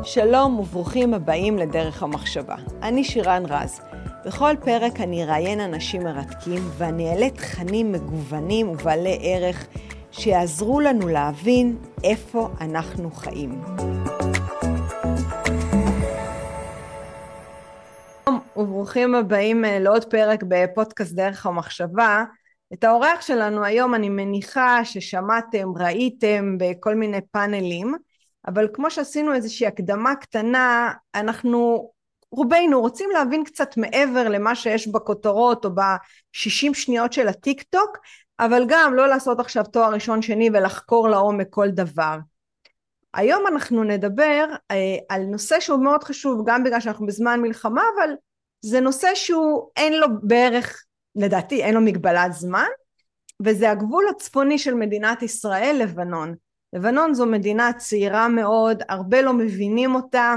שלום וברוכים הבאים לדרך המחשבה. אני שירן רז. בכל פרק אני אראיין אנשים מרתקים ואני אעלה תכנים מגוונים ובעלי ערך שיעזרו לנו להבין איפה אנחנו חיים. וברוכים הבאים לעוד פרק בפודקאסט דרך המחשבה. את האורח שלנו היום אני מניחה ששמעתם, ראיתם בכל מיני פאנלים, אבל כמו שעשינו איזושהי הקדמה קטנה, אנחנו רובנו רוצים להבין קצת מעבר למה שיש בכותרות או ב-60 שניות של הטיק טוק, אבל גם לא לעשות עכשיו תואר ראשון שני ולחקור לעומק כל דבר. היום אנחנו נדבר על נושא שהוא מאוד חשוב, גם בגלל שאנחנו בזמן מלחמה, אבל זה נושא שהוא אין לו בערך, לדעתי אין לו מגבלת זמן, וזה הגבול הצפוני של מדינת ישראל, לבנון. לבנון זו מדינה צעירה מאוד, הרבה לא מבינים אותה,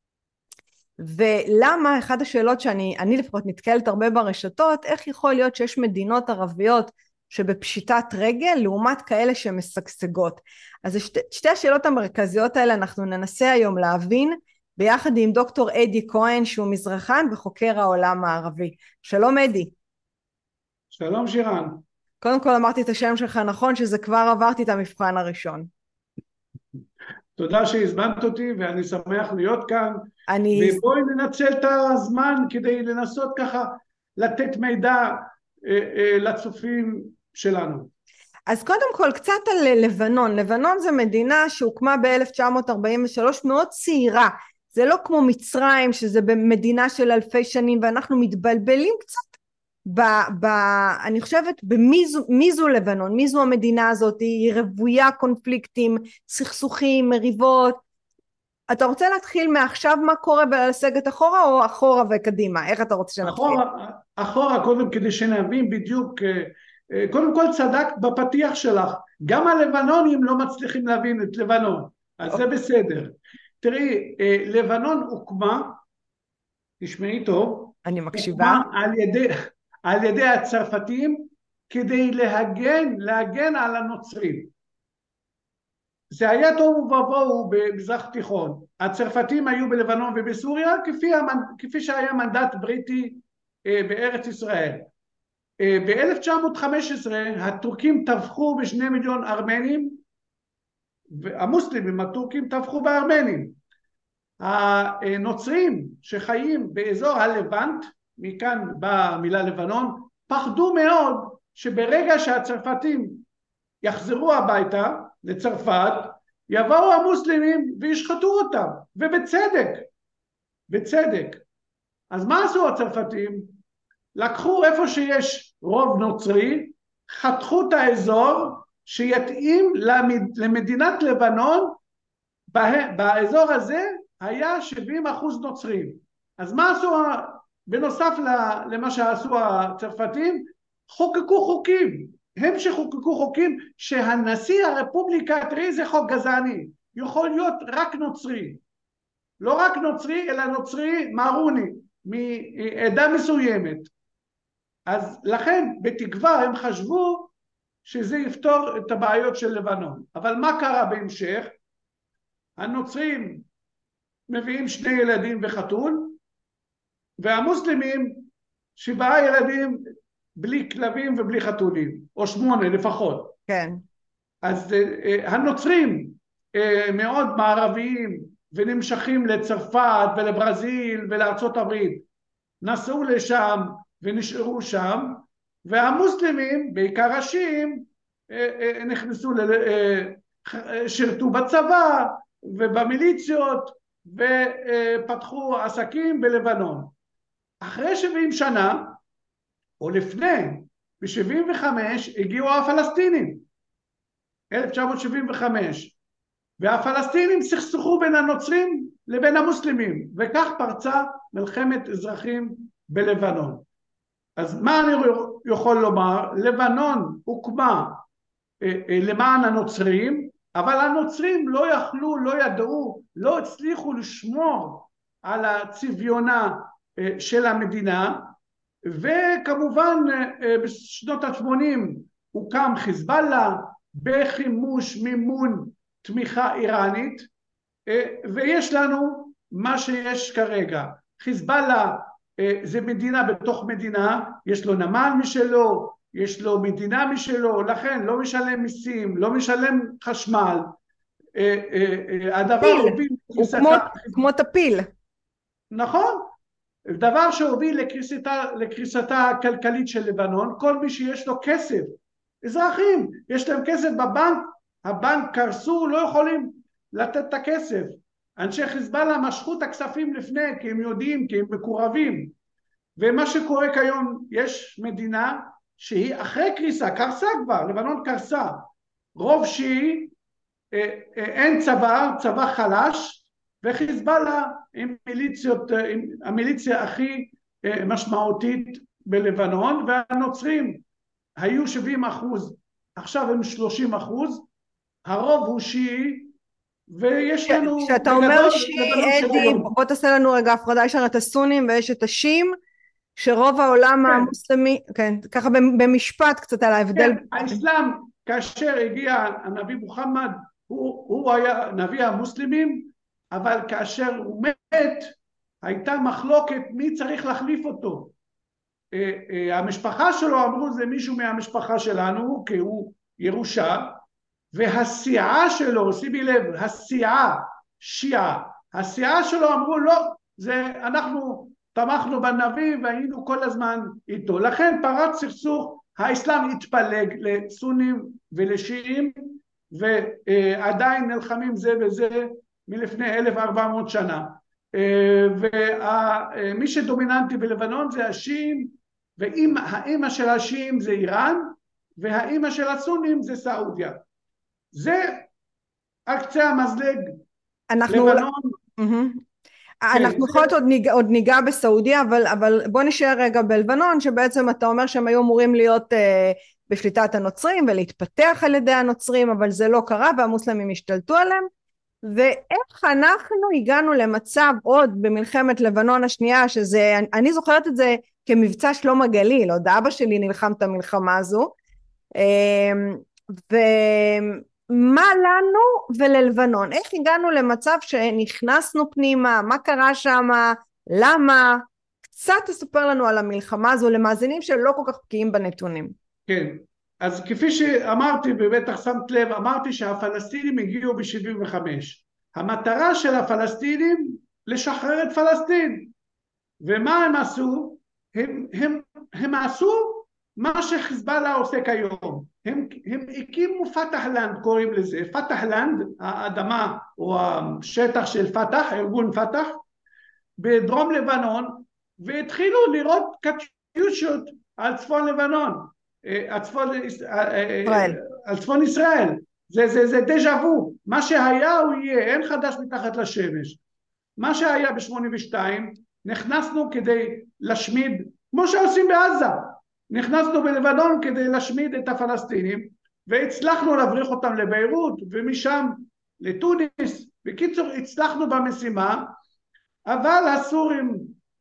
ולמה, אחת השאלות שאני לפחות נתקלת הרבה ברשתות, איך יכול להיות שיש מדינות ערביות שבפשיטת רגל, לעומת כאלה שמשגשגות. אז שתי השאלות המרכזיות האלה אנחנו ננסה היום להבין, ביחד עם דוקטור אדי כהן, שהוא מזרחן וחוקר העולם הערבי. שלום אדי. שלום שירן. קודם כל אמרתי את השם שלך נכון, שזה כבר עברתי את המבחן הראשון. תודה שהזמנת אותי ואני שמח להיות כאן. ובואי ננצל את הזמן כדי לנסות ככה לתת מידע לצופים שלנו. אז קודם כל קצת על לבנון. לבנון זה מדינה שהוקמה ב-1943, מאוד צעירה. זה לא כמו מצרים שזה במדינה של אלפי שנים, ואנחנו מתבלבלים קצת אני חושבת במי זו לבנון, מי זו המדינה הזאת, היא רוויה קונפליקטים, סכסוכים, מריבות. אתה רוצה להתחיל מעכשיו מה קורה ולסגת אחורה, או אחורה וקדימה? איך אתה רוצה שנתחיל? אחורה קודם, כדי שנבין בדיוק. קודם כל צדקת בפתיח שלך, גם הלבנונים לא מצליחים להבין את לבנון, אז זה בסדר. תראי, לבנון הוקמה, תשמעי טוב, אני מקשיבה. הוקמה על ידי הצרפתים כדי להגן על הנוצרים. זה היה תוהו ובוהו במזרח תיכון. הצרפתים היו בלבנון ובסוריה כפי שהיה מנדט בריטי בארץ ישראל. ב-1915 הטורקים טבחו ב2 מיליון ארמנים, והמוסלמים הטורקים טבחו בארמנים. הנוצרים שחיים באזור הלבנט, מכאן באה המילה לבנון, פחדו מאוד שברגע שהצרפתים יחזרו הביתה לצרפת, יבואו המוסלמים וישחטו אותם, בצדק. אז מה עשו הצרפתים? לקחו איפה שיש רוב נוצרי, חתכו את האזור שיתאים למדינת לבנון, באזור הזה היה 70% נוצרים. אז מה עשו? בנוסף למה שעשו הצרפתים, חוקקו חוקים. הם שחוקקו חוקים שהנשיא הרפובליקה, תראי זה חוק גזעני, יכול להיות רק נוצרי. לא רק נוצרי, אלא נוצרי מרוני, מעדה מסוימת. אז לכן בתקווה הם חשבו שזה יפתור את הבעיות של לבנון. אבל מה קרה בהמשך? הנוצרים מביאים 2 ילדים וחתול, והמוסלמים 7 ילדים בלי כלבים ובלי חתולים, או 8 לפחות. כן. אז הנוצרים מאוד מערביים ונמשכים לצרפת ולברזיל ולארצות הברית, נסעו לשם ונשארו שם, והמוסלמים בעיקר השיעים נכנסו שירתו בצבא ובמיליציות ופתחו עסקים בלבנון. אחרי 70 שנה או לפני, ב-75 הגיעו הפלסטינים, 1975, והפלסטינים סכסכו בין הנוצרים לבין המוסלמים, וכך פרצה מלחמת אזרחים בלבנון. אז מה אני יכול לומר? לבנון הוקמה למען הנוצרים, אבל הנוצרים לא יכלו, לא ידעו, לא הצליחו לשמור על הצביונה של המדינה, וכמובן בשנות ה-80 הוקם חיזבאללה בחימוש מימון תמיכה איראנית, ויש לנו מה שיש כרגע. חיזבאללה זה מדינה בתוך מדינה, יש לו נמל משלו, יש לו מדינה משלו, לכן לא משלם מיסים, לא משלם חשמל. הדבר פיל, הוביל הוא כמו טפיל. נכון, דבר שהוביל לקריסתה הכלכלית של לבנון. כל מי שיש לו כסף, אזרחים, יש להם כסף בבנק, הבנק קרסו, לא יכולים לתת את הכסף. אנשי חיזבאללה משכו את הכספים לפני, כי הם יודעים, כי הם מקורבים. ומה שקורה כיום, יש מדינה שהיא אחרי קריסה, קרסה כבר, לבנון קרסה, רוב שיעי, אין צבא, צבא חלש, וחיזבאללה עם מיליציות, עם המיליציה הכי משמעותית בלבנון, והנוצרים היו 70%, עכשיו הם 30%, הרוב הוא שיעי, ויש לנו כשאתה בגדול אומר לבנון של אדי, היום. בוא תעשה לנו רגע הפרדה, יש לנו את הסונים ויש את השיעים, שרוב העולם כן. המוסלמי, כן, ככה במשפט קצת על ההבדל. כן, האסלאם, כאשר הגיע הנביא מוחמד, הוא היה נביא המוסלמים, אבל כאשר הוא מת, הייתה מחלוקת מי צריך להחליף אותו. המשפחה שלו אמרו זה מישהו מהמשפחה שלנו, כי הוא ירושה, והסיעה שלו, שימי לב, הסיעה, שיעה, הסיעה שלו אמרו לא, זה אנחנו תמכנו בנביא והיינו כל הזמן איתו. לכן פרץ סכסוך, האסלאם התפלג לסונים ולשיעים, ועדיין נלחמים זה וזה מלפני 1400 שנה. ומי שדומיננטי בלבנון זה השיעים, והאימא של השיעים זה איראן, והאימא של הסונים זה סעודיה. זה על קצה המזלג. לבנון. אנחנו יכולות עוד ניגע בסעודיה, אבל בוא נשאר רגע בלבנון, שבעצם אתה אומר שהם היו אמורים להיות בשליטת הנוצרים ולהתפתח על ידי הנוצרים, אבל זה לא קרה והמוסלמים השתלטו עליהם. ואיך אנחנו הגענו למצב עוד במלחמת לבנון השנייה, שזה, אני זוכרת את זה כמבצע שלום הגליל, עוד אבא שלי נלחם את המלחמה הזו, ומה לנו וללבנון, איך הגענו למצב שנכנסנו פנימה, מה קרה שם, למה, קצת תספר לנו על המלחמה הזו למאזינים שלא כל כך בקיאים בנתונים. כן, אז כפי שאמרתי, בטח שמת לב, אמרתי שהפלסטינים הגיעו ב-75. המטרה של הפלסטינים לשחרר את פלסטין. ומה הם עשו? הם עשו מה שחיזבאללה עושה כיום. הם הקימו פתח-לנד, קוראים לזה. פתח-לנד, האדמה או השטח של פתח, ארגון פתח, בדרום לבנון, והתחילו לראות קטיושות על צפון לבנון. על צפון ישראל. זה דז'ה וו, מה שהיה הוא יהיה, אין חדש מתחת לשמש. מה שהיה ב-82, נכנסנו כדי להשמיד, כמו שעושים בעזה, נכנסנו בלבנון כדי להשמיד את הפלסטינים, והצלחנו להבריח אותם לביירות, ומשם לטוניס. בקיצור, הצלחנו במשימה, אבל הסורים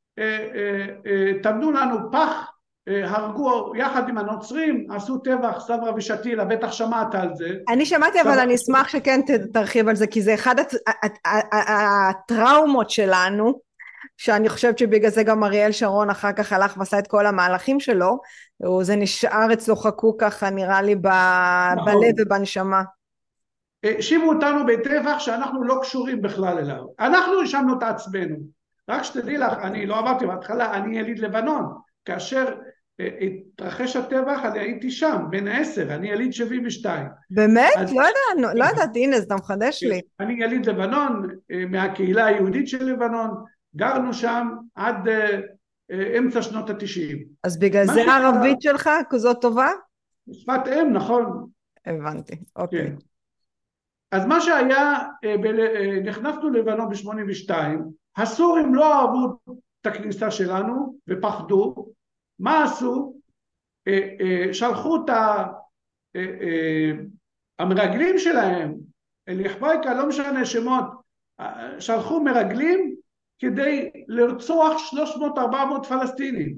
תמנו לנו פח, הרגו יחד עם הנוצרים, עשו טבח סברה ושתילה, בטח שמעת על זה. אני שמעתי, אבל אני אשמח שכן תרחיב על זה, כי זה אחד הטראומות שלנו, שאני חושבת שבגלל זה גם אריאל שרון אחר כך הלך ועשה את כל המהלכים שלו, וזה נשאר אצלו חקוק ככה נראה לי בלב ובנשמה. האשימו אותנו בטבח שאנחנו לא קשורים בכלל אליו, אנחנו האשמנו את עצמנו. רק שתדעי לך, אני לא עברתי בהתחלה, אני יליד לבנון, כאשר התרחש הטבח, אני הייתי שם, בן 10, אני יליד 72. באמת? לא ידעתי, הנה, אתה מחדש לי. אני יליד לבנון, מהקהילה היהודית של לבנון, גרנו שם עד אמצע שנות ה-90. אז בגלל זה הערבית שלך כזאת טובה? שפת אם, נכון. הבנתי, אוקיי. אז מה שהיה, נכנסנו לבנון ב-82, הסורים לא אהבו את הכניסה שלנו ופחדו. מה עשו? שלחו את המרגלים שלהם, אליחבויקה, לא משנה שמות, שלחו מרגלים כדי לרצוח 300-400 פלסטינים.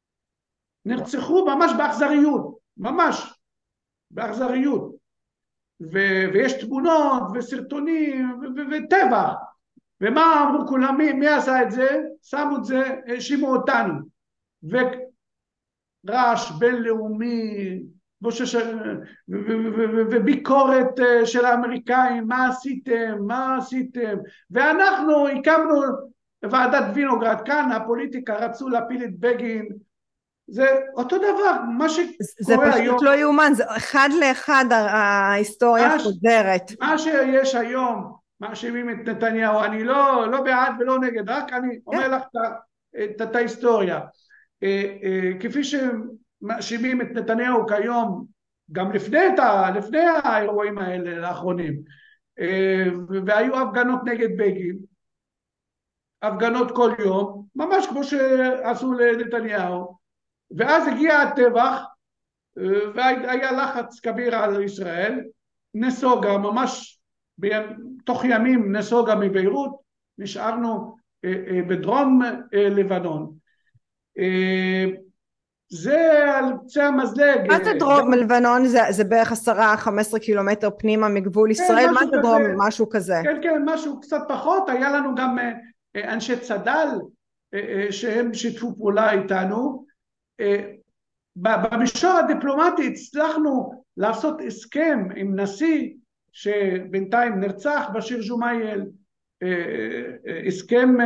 נרצחו ממש באכזריות, ממש באכזריות. ויש תמונות וסרטונים וטבח. ומה אמרו כולם? מי עשה את זה? שמו את זה, האשימו אותנו. ורעש בינלאומי, וביקורת של האמריקאים, מה עשיתם? ואנחנו הקמנו ועדת וינוגרד, כאן הפוליטיקה רצו להפיל את בגין, זה אותו דבר, מה זה שקורה היום. פשוט לא יאומן, זה אחד לאחד ההיסטוריה חוזרת. מה שיש היום, מאשימים את נתניהו, אני לא בעד ולא נגד, רק אני אומר לך את ההיסטוריה. כפי שמאשימים את נתניהו כיום, גם לפני האירועים האלה האחרונים, והיו הפגנות נגד בגין, הפגנות כל יום, ממש כמו שעשו לנתניהו, ואז הגיע הטבח, והיה לחץ כביר על ישראל, נסוגה, ממש תוך ימים נסוגה מביירות, נשארנו בדרום לבנון. זה על קצה המזלג. מה זה דרום לבנון? זה בערך 10-15 קילומטר פנימה מגבול ישראל? מה זה דרום? משהו כזה. כן, משהו קצת פחות. היה לנו גם אנשי צד"ל שהם שיתפו פעולה איתנו. במישור הדיפלומטי הצלחנו לעשות הסכם עם נשיא שבינתיים נרצח, בשיר ג'ומאייל, הסכם,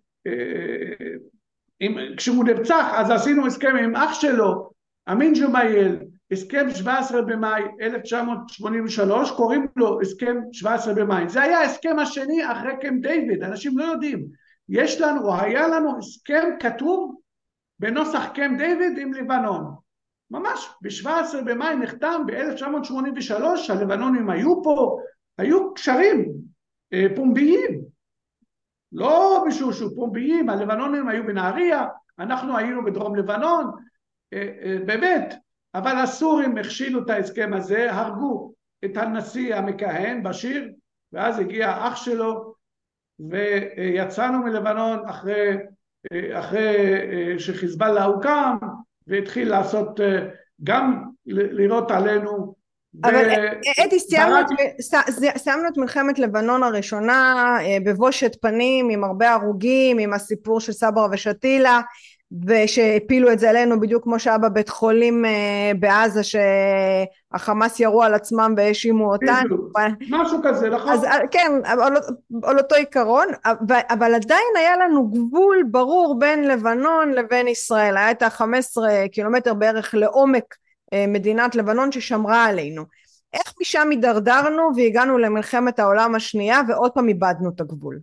כשהוא נרצח אז עשינו הסכם עם אח שלו, אמין ג'ומאייל, הסכם 17 במאי 1983, קוראים לו הסכם 17 במאי. זה היה ההסכם השני אחרי קמפ דיוויד, אנשים לא יודעים. היה לנו הסכם כתוב בנוסח קמפ דיוויד עם לבנון. ממש ב-17 במאי נחתם ב-1983, הלבנונים היו פה, היו קשרים פומביים, לא משהו פומביים, הלבנונים היו בנהריה, אנחנו היינו בדרום לבנון, באמת, אבל הסורים הכשילו את ההסכם הזה, הרגו את הנשיא המכהן בשיר, ואז הגיע אח שלו, ויצאנו מלבנון אחרי שחיזבאללה הוקם, והתחיל לעשות, גם לירות עלינו. אבל אדי, סיימנו את מלחמת לבנון הראשונה בבושת פנים, עם הרבה הרוגים, עם הסיפור של סברה ושתילה, ושהפילו את זה עלינו בדיוק כמו שהיה בבית חולים בעזה, שהחמאס ירו על עצמם והאשימו אותנו. משהו כזה, נכון? אז כן, על אותו עיקרון, אבל עדיין היה לנו גבול ברור בין לבנון לבין ישראל, היה את ה-15 קילומטר בערך לעומק מדינת לבנון ששמרה עלינו. איך משם הידרדרנו והגענו למלחמת העולם השנייה ועוד פעם איבדנו את הגבול?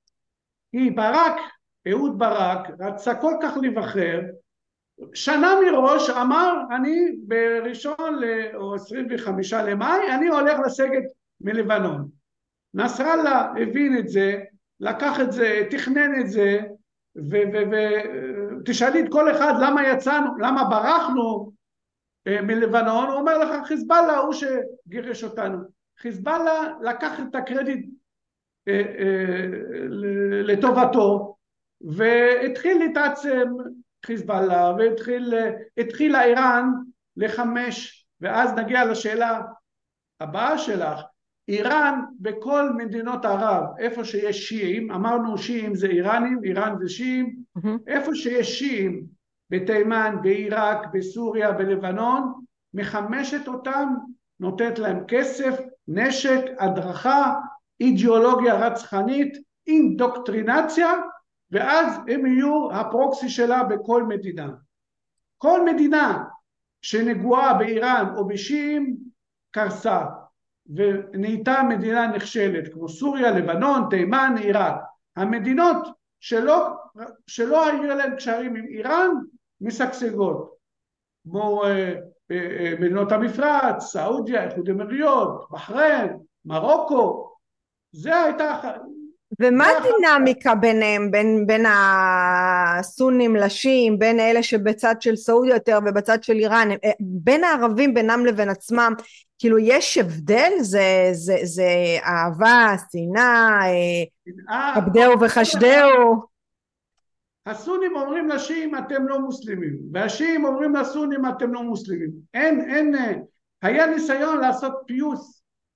אהוד ברק רצה כל כך להיבחר, שנה מראש אמר, אני בראשון או 25 למאי, אני הולך לסגת מלבנון. נסראללה הבין את זה, לקח את זה, תכנן את זה, ותשאלי את כל אחד למה יצאנו, למה ברחנו מלבנון, הוא אומר לך, חיזבאללה הוא שגירש אותנו. חיזבאללה לקח את הקרדיט לטובתו, והתחיל להתעצם חיזבאללה, והתחילה איראן לחמש, ואז נגיע לשאלה הבאה שלך. איראן בכל מדינות ערב, איפה שיש שיעים, אמרנו שיעים זה איראנים, איראן זה שיעים, איפה שיש שיעים, בתימן, בעיראק, בסוריה, בלבנון, מחמשת אותם, נותנת להם כסף, נשק, הדרכה, אידיאולוגיה רצחנית, אינדוקטרינציה, ואז הם יהיו הפרוקסי שלה בכל מדינה. כל מדינה שנגועה באיראן או בשיעים קרסה, ונהייתה מדינה נכשלת, כמו סוריה, לבנון, תימן, עיראק. המדינות שלא היו להם קשרים עם איראן, משגשגות, כמו מדינות המפרץ, סעודיה, איחוד האמירויות, בחריין, מרוקו. זה הייתה... ומה הדינמיקה ביניהם, בין הסונים לשיעים, בין אלה שבצד של סעודיה יותר ובצד של איראן, בין הערבים בינם לבין עצמם, כאילו יש הבדל? זה אהבה, שנאה, כבדהו וחשדהו? הסונים אומרים לשיעים אתם לא מוסלמים, והשיעים אומרים לסונים אתם לא מוסלמים. היה ניסיון לעשות פיוס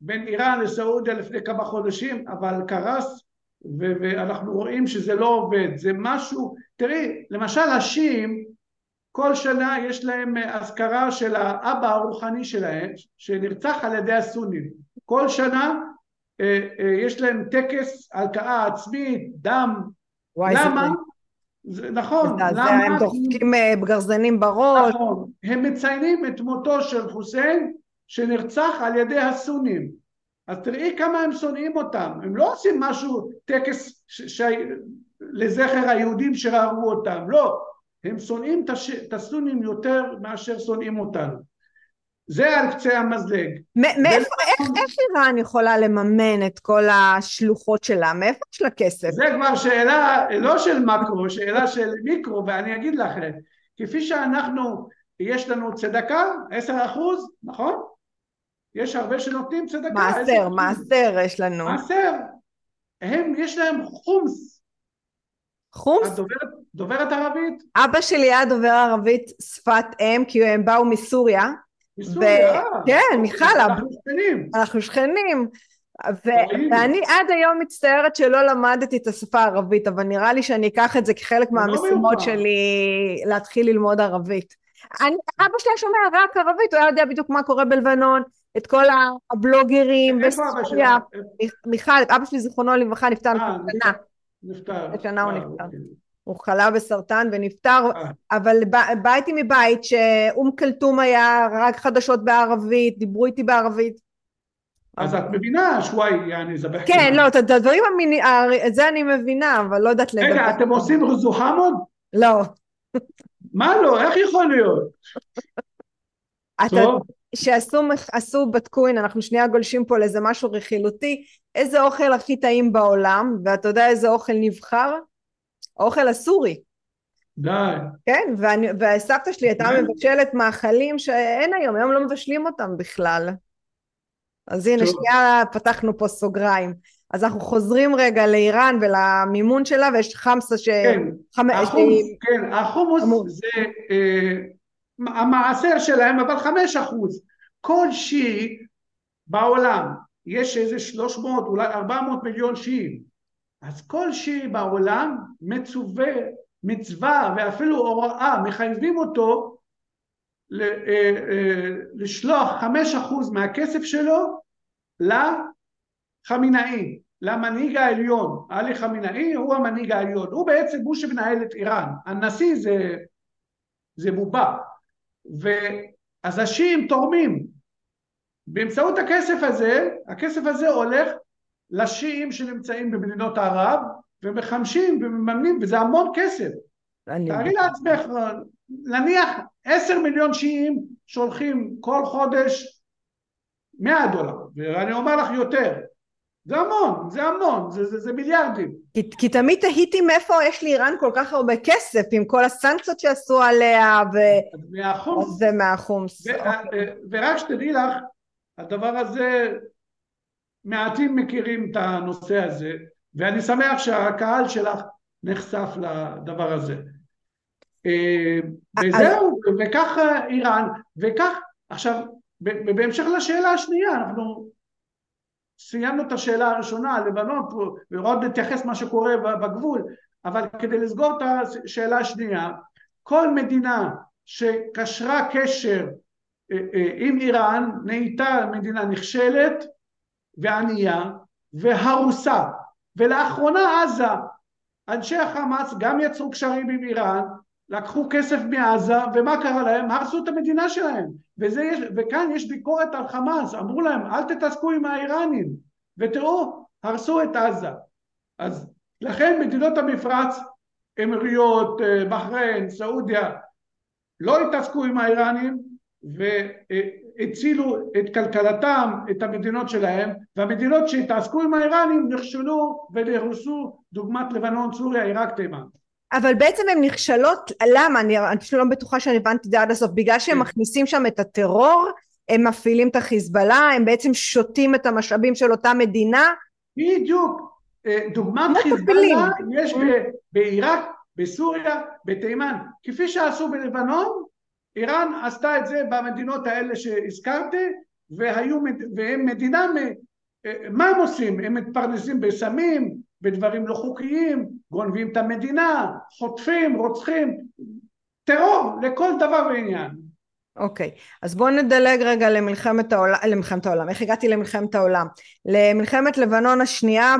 בין איראן לסעודיה לפני כמה חודשים, אבל קרס, ואנחנו רואים שזה לא עובד, זה משהו, תראי, למשל השיעים, כל שנה יש להם אזכרה של האבא הרוחני שלהם, שנרצח על ידי הסונים, כל שנה יש להם טקס הלקאה עצמית, דם, למה? נכון, למה? הם דופקים בגרזנים בראש. נכון, הם מציינים את מותו של חוסיין שנרצח על ידי הסונים, אז תראי כמה הם שונאים אותם, הם לא עושים משהו, טקס לזכר היהודים שראו אותם, לא, הם שונאים את הסונים יותר מאשר שונאים אותנו. זה על קצה המזלג. איך איראן יכולה לממן את כל השלוחות שלה? מאיפה יש לה כסף? זה כבר שאלה לא של מקרו, שאלה של מיקרו, ואני אגיד לכם, כפי שאנחנו, יש לנו צדקה, 10%, נכון? יש הרבה שנותנים צדקה. מעשר יש לנו. מעשר. יש להם חומס. חומס? את דוברת ערבית? אבא שלי היה דובר ערבית שפת אם, כי הם באו מסוריה. מסוריה? כן, מיכל. אנחנו שכנים. ואני עד היום מצטערת שלא למדתי את השפה הערבית, אבל נראה לי שאני אקח את זה כחלק מהמשימות שלי להתחיל ללמוד ערבית. אבא שלי שומע רק ערבית, הוא היה יודע בדיוק מה קורה בלבנון, את כל הבלוגרים בסוריה. מיכל, אבא שלי זיכרונו לברכה נפטר שנה הוא נפטר. הוא חלה בסרטן ונפטר, אבל באתי מבית שאום כלתום היה רק חדשות בערבית, דיברו איתי בערבית. אז את מבינה שוואי, יעני זבח. כן, לא, את הדברים את זה אני מבינה, אבל לא יודעת לדבר. רגע, אתם עושים רזו חמוד? לא. מה לא? איך יכול להיות? שעשו בדקו, אנחנו שנייה גולשים פה לאיזה משהו רכילותי, איזה אוכל הכי טעים בעולם, ואתה יודע איזה אוכל נבחר? האוכל הסורי. די. כן, והסבתא שלי הייתה מבשלת מאכלים שאין היום לא מבשלים אותם בכלל. אז הנה, שנייה פתחנו פה סוגריים. אז אנחנו חוזרים רגע לאיראן ולמימון שלה, ויש חמסה כן, החומוס זה המעשר שלהם, אבל 5%. כל שיעי בעולם, יש איזה 300, אולי 400 מיליון שיעים. אז כל שיעי בעולם מצווה ואפילו הוראה, מחייבים אותו לשלוח 5% מהכסף שלו לחמינאי, למנהיג העליון. עלי חמינאי הוא המנהיג העליון, הוא בעצם הוא שמנהל את איראן, הנשיא זה בובה, ואז השיעים תורמים באמצעות הכסף הזה הולך לשיעים שנמצאים במדינות ערב ומחמשים ומממנים, וזה המון כסף. תארי לעצמך, נניח 10 מיליון שיעים שולחים כל חודש $100, ואני אומר לך יותר, זה המון, זה מיליארדים. כי תמיד תהיתי מאיפה יש לאיראן כל כך הרבה כסף, עם כל הסנקציות שעשו עליה, מהחומס. ורק שתדעי לך, הדבר הזה, מעטים מכירים את הנושא הזה, ואני שמח שהקהל שלך נחשף לדבר הזה. וזהו, וכך איראן, וכך, עכשיו, בהמשך לשאלה השנייה, אנחנו סיימנו את השאלה הראשונה, לבנון, ועוד נתייחס מה שקורה בגבול, אבל כדי לסגור את השאלה השנייה, כל מדינה שקשרה קשר עם איראן, נהייתה מדינה נכשלת וענייה והרוסה, ולאחרונה עזה, אנשי החמאס גם יצרו קשרים עם איראן, לקחו כסף מעזה, ומה קרה להם? הרסו את המדינה שלהם, וכאן יש ביקורת על חמאס, אמרו להם אל תתעסקו עם האיראנים, ותראו, הרסו את עזה. אז לכן מדינות המפרץ, אמירויות, בחריין, סעודיה, לא התעסקו עם האיראנים, והצילו את כלכלתם, את המדינות שלהם, והמדינות שהתעסקו עם האיראנים נכשלו ונהרסו, דוגמת לבנון, סוריה, עיראק, תימן. אבל בעצם הן נכשלות, למה? אני פשוט לא בטוחה שאני הבנתי את זה עד הסוף, בגלל שהם מכניסים שם את הטרור, הם מפעילים את החיזבאללה, הם בעצם שותים את המשאבים של אותה מדינה. בדיוק, דוגמת חיזבאללה יש בעיראק, בסוריה, בתימן, כפי שעשו בלבנון, איראן עשתה את זה במדינות האלה שהזכרתי, והם מדינה, מה הם עושים? הם מתפרנסים בסמים, בדברים לא חוקיים, גונבים את המדינה, חוטפים, רוצחים, טרור לכל דבר ועניין. אוקיי, אז בואו נדלג רגע למלחמת העולם, איך הגעתי למלחמת העולם? למלחמת לבנון השנייה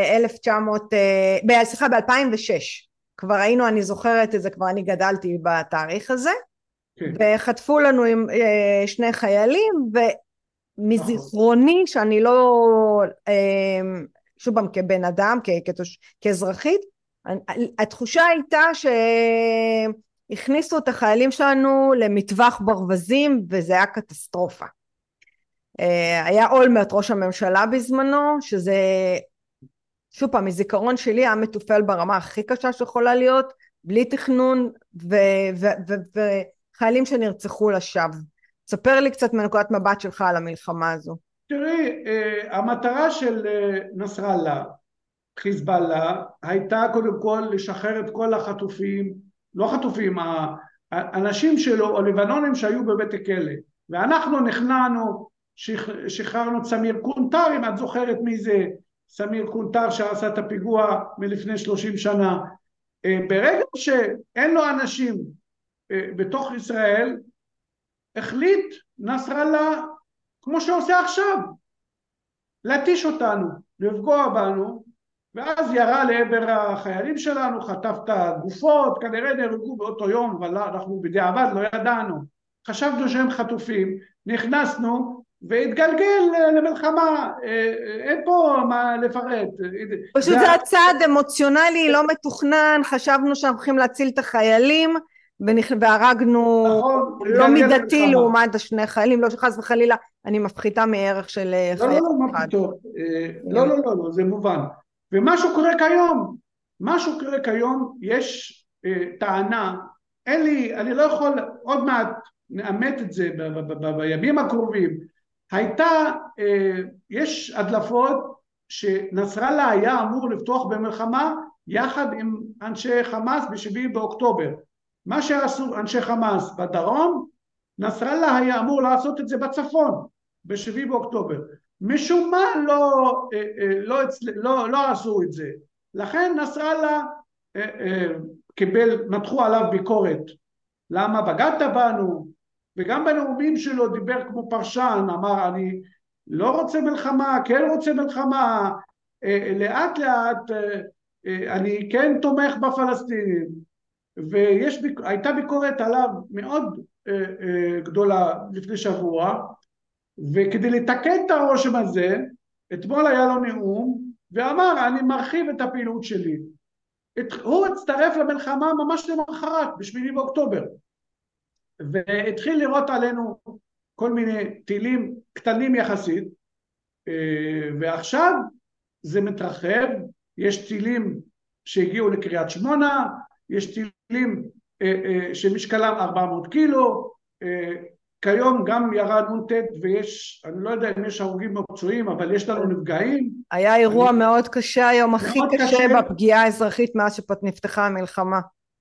ב-2006, כבר היינו, אני זוכרת את זה, כבר אני גדלתי בתאריך הזה, כן. וחטפו לנו עם שני חיילים, ומזיכרוני שאני לא, שוב פעם כבן אדם, כאזרחית, התחושה הייתה הכניסו את החיילים שלנו למטווח ברווזים, וזה היה קטסטרופה. היה אולמרט ראש הממשלה בזמנו, שזה שוב פעם מזיכרון שלי היה מתופעל ברמה הכי קשה שיכולה להיות, בלי תכנון, וחיילים שנרצחו לשווא. ספר לי קצת מנקודת מבט שלך על המלחמה הזו. תראי, המטרה של נסראללה, חיזבאללה, הייתה קודם כל לשחרר את כל החטופים, לא חטופים, האנשים שלו או לבנונים שהיו בבית הכלא, ואנחנו נכנענו, שחררנו את סמיר קונטר, אם את זוכרת מי זה סמיר קונטר שעשה את הפיגוע מלפני 30 שנה. ברגע שאין לו אנשים בתוך ישראל, החליט נסראללה, כמו שעושה עכשיו, להתיש אותנו, לפגוע בנו, ואז ירה לעבר החיילים שלנו, חטף את הגופות, כנראה נהרגו באותו יום, אבל אנחנו בדיעבד לא ידענו. חשבנו שהם חטופים, נכנסנו והתגלגל למלחמה, אין פה מה לפרט. פשוט זה הצעד אמוציונלי לא מתוכנן, חשבנו שאנחנו הולכים להציל את החיילים, והרגנו לא מידתי לעומת השני חיילים, לא שחס וחלילה, אני מפחיתה מערך של חייל אחד. לא, זה מובן. ומשהו קורה כיום, יש טענה, אני לא יכול, עוד מעט נאמת את זה בימים הקרובים, יש הדלפות שנסראללה היה אמור לפתוח במלחמה יחד עם אנשי חמאס ב7 באוקטובר. מה שעשו אנשי חמאס בדרום, נסראללה היה אמור לעשות את זה בצפון ב7 באוקטובר. משום מה לא עשו את זה. לכן נסראללה מתחו עליו ביקורת. למה בגדת בנו? וגם בנאומים שלו דיבר כמו פרשן, אמר אני לא רוצה מלחמה, כן רוצה מלחמה, לאט לאט אני כן תומך בפלסטינים. והייתה ביקורת עליו מאוד גדולה לפני שבוע, וכדי לתקן את הרושם הזה, אתמול היה לו נאום, ואמר אני מרחיב את הפעילות שלי. הוא הצטרף למלחמה ממש למחרת, ב8 באוקטובר, והתחיל לראות עלינו כל מיני טילים קטנים יחסית, ועכשיו זה מתרחב, יש טילים שהגיעו לקריית שמונה, יש טילים שמשקלם 400 קילו, כיום גם ירה נ"ט, ויש, אני לא יודע אם יש הרוגים או פצועים, אבל יש לנו נפגעים. היה אירוע מאוד קשה היום, הכי קשה בפגיעה האזרחית מאז נפתחה המלחמה.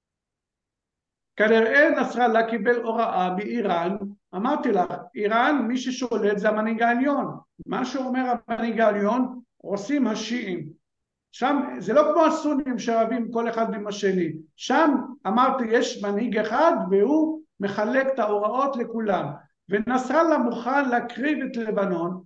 כנראה נסראללה קיבל הוראה מאיראן, אמרתי לך, איראן מי ששולט זה המנהיג העליון, מה שאומר המנהיג העליון עושים השיעים, שם זה לא כמו הסונים שרבים כל אחד עם השני, שם אמרתי יש מנהיג אחד והוא מחלק את ההוראות לכולם, ונסראללה מוכן להקריב את לבנון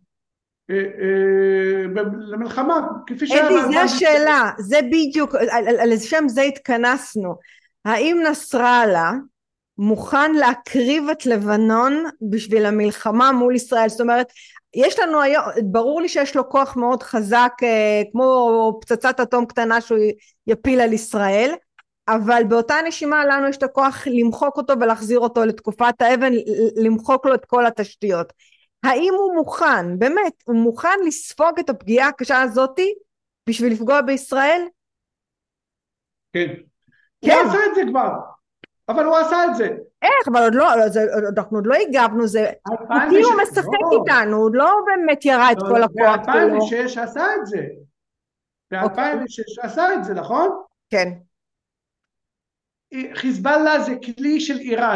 למלחמה, כפי אדי, זה השאלה, זה בדיוק, על שם זה התכנסנו, האם נסראללה מוכן להקריב את לבנון בשביל המלחמה מול ישראל? זאת אומרת, יש לנו היום, ברור לי שיש לו כוח מאוד חזק, כמו פצצת אטום קטנה שהוא יפיל על ישראל, אבל באותה נשימה לנו יש את הכוח למחוק אותו ולהחזיר אותו לתקופת האבן, למחוק לו את כל התשתיות. האם הוא מוכן, באמת, הוא מוכן לספוג את הפגיעה הקשה הזאת בשביל לפגוע בישראל? כן. הוא עשה את זה כבר, אבל הוא עשה את זה. איך? אבל אנחנו עוד לא הגבנו, זה איתי הוא משחק איתנו, הוא לא באמת ירה את כל הכוח. ב-2006 עשה את זה. ב-2006 עשה את זה, נכון? כן. חיזבאללה זה כלי של איראן.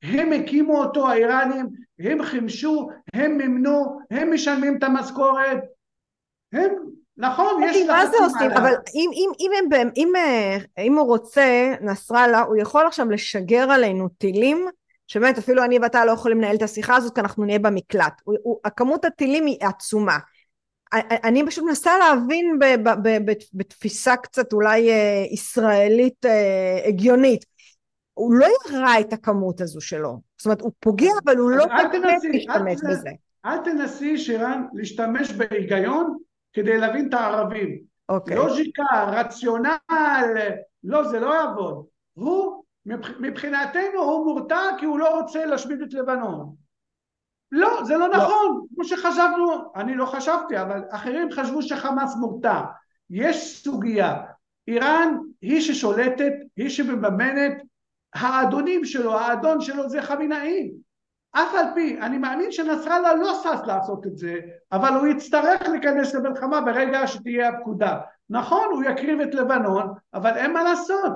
הם הקימו אותו, האיראנים, הם חימשו, הם מימנו, הם משלמים את המשכורת, הם, נכון, יש מה זה לחצים עושים? עליו. אבל אם הוא רוצה, נסראללה, הוא יכול עכשיו לשגר עלינו טילים, שבאמת אפילו אני ואתה לא יכולים לנהל את השיחה הזאת, כי אנחנו נהיה במקלט. הכמות הטילים היא עצומה. אני פשוט מנסה להבין בתפיסה קצת אולי ישראלית הגיונית. הוא לא יראה את הכמות הזו שלו. זאת אומרת, הוא פוגע, אבל הוא אז לא באמת משתמש בזה. אל תנסי שירן להשתמש בהיגיון כדי להבין את הערבים. אוקיי. לוג'יקה, רציונל, לא, זה לא יעבוד. הוא, מבחינתנו הוא מורתע כי הוא לא רוצה להשמיד את לבנון. לא, זה לא נכון, כמו שחשבנו, אני לא חשבתי, אבל אחרים חשבו שחמאס מורתע. יש סוגיה, איראן היא ששולטת, היא שמממנת, האדונים שלו, האדון שלו זה חמינאי. אף על פי, אני מאמין שנסראללה לא שש לעשות את זה, אבל הוא יצטרך להיכנס למלחמה ברגע שתהיה הפקודה. נכון, הוא יקריב את לבנון, אבל אין מה לעשות.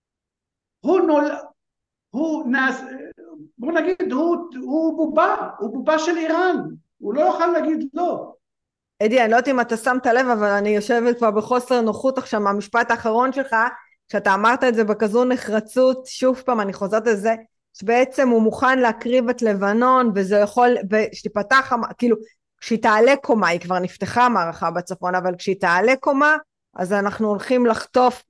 בוא נגיד, הוא בובה של איראן, הוא לא יוכל להגיד לא. אדי, אני לא יודעת אם אתה שמת לב, אבל אני יושבת כבר בחוסר נוחות עכשיו מהמשפט האחרון שלך, כשאתה אמרת את זה בכזו נחרצות, שוב פעם אני חוזרת על זה, שבעצם הוא מוכן להקריב את לבנון, וזה יכול, ושתפתח, כאילו, כשהיא תעלה קומה, היא כבר נפתחה המערכה בצפון, אבל כשהיא תעלה קומה, אז אנחנו הולכים לחטוף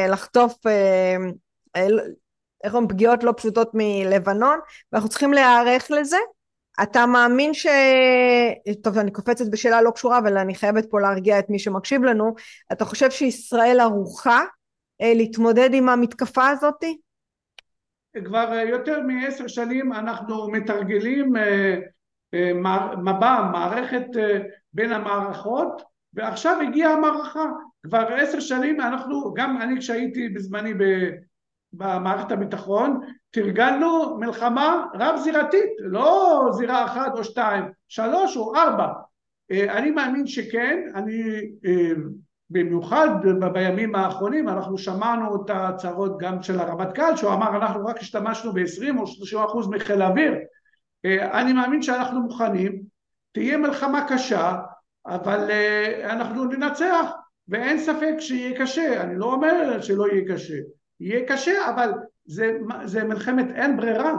איך אומרים, פגיעות לא פשוטות מלבנון, ואנחנו צריכים להיערך לזה. אתה מאמין טוב, אני קופצת בשאלה לא קשורה, אבל אני חייבת פה להרגיע את מי שמקשיב לנו, אתה חושב שישראל ערוכה להתמודד עם המתקפה הזאת? כבר יותר מ10 שנים אנחנו מתרגלים מערכת בין המערכות, ועכשיו הגיעה המערכה. כבר 10 שנים אנחנו, גם אני כשהייתי בזמני במערכת הביטחון, תרגלנו מלחמה רב זירתית, לא זירה 1 או 2, 3 או 4. אני מאמין שכן, במיוחד בימים האחרונים אנחנו שמענו את ההצהרות גם של הרמטכ"ל, שהוא אמר אנחנו רק השתמשנו ב-20 או 30% מחיל האוויר. אני מאמין שאנחנו מוכנים, תהיה מלחמה קשה, אבל אנחנו ננצח, ואין ספק שיהיה קשה. אני לא אומר שלא יהיה קשה, יהיה קשה, אבל זה מלחמת אין ברירה.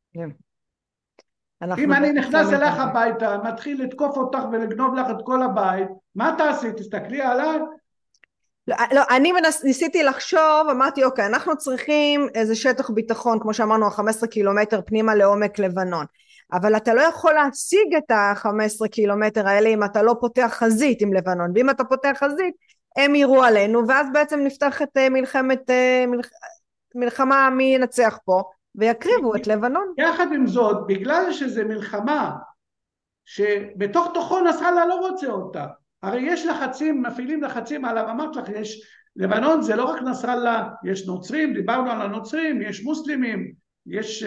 אם אני נכנס אליך הביתה, מתחיל לתקוף אותך ולגנוב לך את כל הבית, מה תעשי? תסתכלי עליי? לא, אני ניסיתי לחשוב, אמרתי אוקיי, אנחנו צריכים איזה שטח ביטחון, כמו שאמרנו, 15 קילומטר פנימה לעומק לבנון, אבל אתה לא יכול להשיג את ה-15 קילומטר האלה אם אתה לא פותח חזית עם לבנון, ואם אתה פותח חזית, הם יראו עלינו, ואז בעצם נפתח את מלחמה מי ינצח פה, ויקריבו את לבנון. יחד עם זאת, בגלל שזה מלחמה, שבתוך תוכו נסראללה לא רוצה אותה, הרי יש לחצים, מפעילים לחצים עליו, אמרת לך, לבנון זה לא רק נסראללה, יש נוצרים, דיברנו על הנוצרים, יש מוסלמים, יש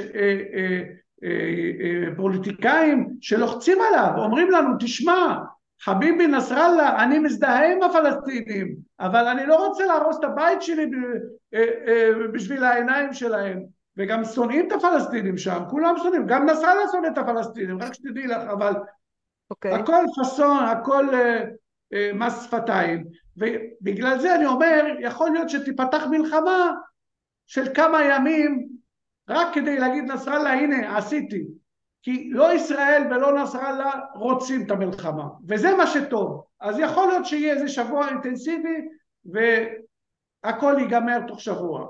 פוליטיקאים שלוחצים עליו, אומרים לנו, תשמע, חביבי נסראללה, אני מזדהה עם הפלסטינים, אבל אני לא רוצה להרוס את הבית שלי בשביל העיניים שלהם, וגם שונאים את הפלסטינים שם, כולם שונאים, גם נסראללה שונא את הפלסטינים, רק שתדעי לך, אבל הכל פסון, הכל מס שפתיים, ובגלל זה אני אומר, יכול להיות שתיפתח מלחמה של כמה ימים, רק כדי להגיד נסראללה, הנה עשיתי, כי לא ישראל ולא נסראללה רוצים את המלחמה, וזה מה שטוב. אז יכול להיות שיהיה איזה שבוע אינטנסיבי, והכל ייגמר תוך שבוע.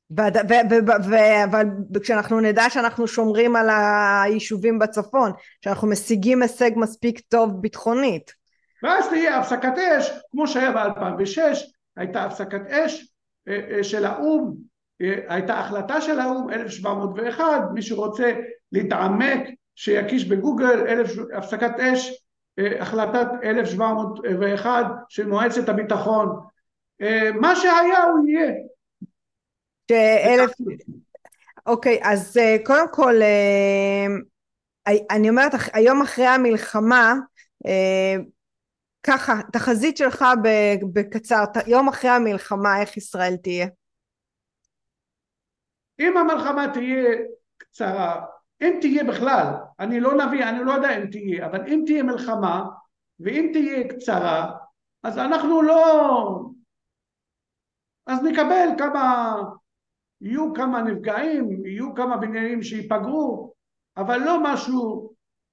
אבל כשאנחנו נדע שאנחנו שומרים על היישובים בצפון, שאנחנו משיגים הישג מספיק טוב ביטחונית, ואז תהיה הפסקת אש, כמו שהיה ב-2006, הייתה הפסקת אש של האום, הייתה החלטה של האום 1701, מי שרוצה להתעמק שיקיש בגוגל, הפסקת אש, החלטת 1701 של מועצת הביטחון. מה שהיה הוא יהיה. אוקיי, אז קודם כל, אני אומרת, היום אחרי המלחמה, ככה, תחזית שלך בקצר, יום אחרי המלחמה, איך ישראל תהיה? אם המלחמה תהיה קצרה, אם תהיה בכלל, אני לא נביא, אני לא יודע אם תהיה, אבל אם תהיה מלחמה, ואם תהיה קצרה, אז אנחנו לא, אז נקבל יהיו כמה נפגעים, יהיו כמה בניינים שיפגרו, אבל לא משהו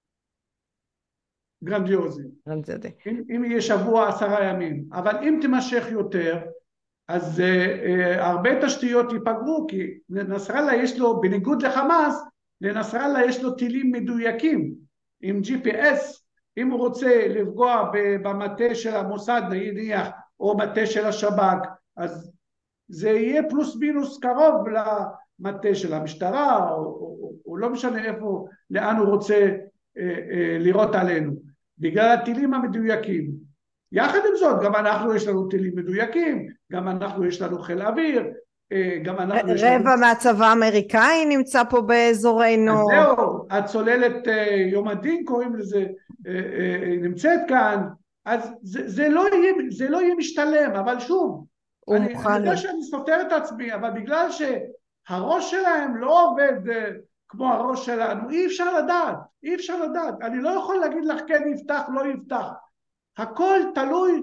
גרנדיוזי. אם יהיה שבוע 10 ימים, אבל אם תימשך יותר, אז הרבה תשתיות ייפגרו, כי לנסראללה יש לו, בניגוד לחמאס, לנסראללה יש לו טילים מדויקים, עם GPS, אם הוא רוצה לפגוע במטה של המוסד, נניח, או מטה של השב"כ, אז זה יהיה פלוס מינוס קרוב למטה של המשטרה, או לא משנה איפה, לאן הוא רוצה לראות עלינו, בגלל הטילים המדויקים. יחד עם זאת, גם אנחנו יש לנו טילים מדויקים, גם אנחנו יש לנו חיל אוויר, גם אנחנו יש לנו... רבע מהצבא האמריקאי נמצא פה באזורנו. אז זהו, הצוללת יום הדין קוראים לזה, נמצאת כאן, אז זה לא יהיה משתלם, אבל שוב, אני יודע שאני סותר את עצמי, אבל בגלל שהראש שלהם לא עובד כמו הראש שלנו, אי אפשר לדעת, אני לא יכול להגיד לך כן יפתח, לא יפתח, הכל תלוי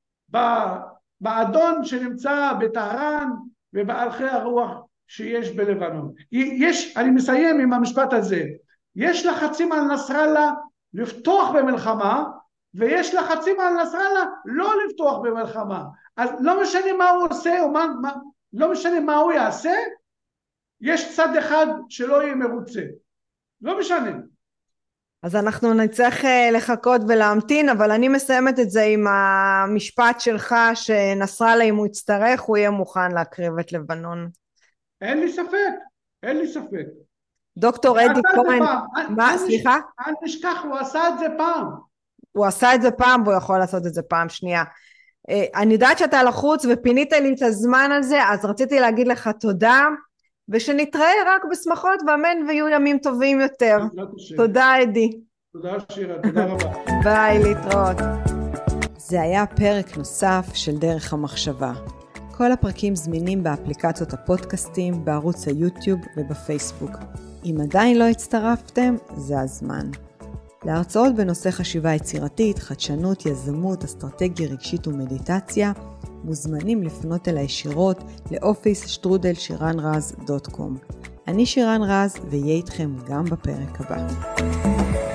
באדון שנמצא בטהרן ובהלכי הרוח שיש בלבנון. אני מסיים עם המשפט הזה, יש לחצים על נסראללה לפתוח במלחמה, ויש לחצים על נסראללה לא לפתוח במלחמה. אז לא משנה מה הוא עושה, לא משנה מה הוא יעשה, יש צד אחד שלא יהיה מרוצה. לא משנה. אז אנחנו נצטרך לחכות ולהמתין, אבל אני מסיימת את זה עם המשפט שלך, שנסראללה אם הוא יצטרך, הוא יהיה מוכן להקריב את לבנון. אין לי ספק. דוקטור אדי כהן, מה, סליחה? אל נשכח, הוא עשה את זה פעם. הוא עשה את זה פעם, והוא יכול לעשות את זה פעם שנייה. אני יודעת שאתה לחוץ ופינית לי את הזמן הזה, אז רציתי להגיד לך תודה, ושנתראה רק בשמחות, ואמן ויהיו ימים טובים יותר. תודה אדי. תודה שירה, תודה רבה. ביי, להתראות. זה היה פרק נוסף של דרך המחשבה. כל הפרקים זמינים באפליקציות הפודקאסטים, בערוץ היוטיוב ובפייסבוק. אם עדיין לא הצטרפתם, זה הזמן. להרצאות בנושא חשיבה יצירתית, חדשנות, יזמות, אסטרטגיה רגשית ומדיטציה, מוזמנים לפנות אליי ישירות לאופיס@shiranraz.com. אני שירן רז, ואהיה איתכם גם בפרק הבא.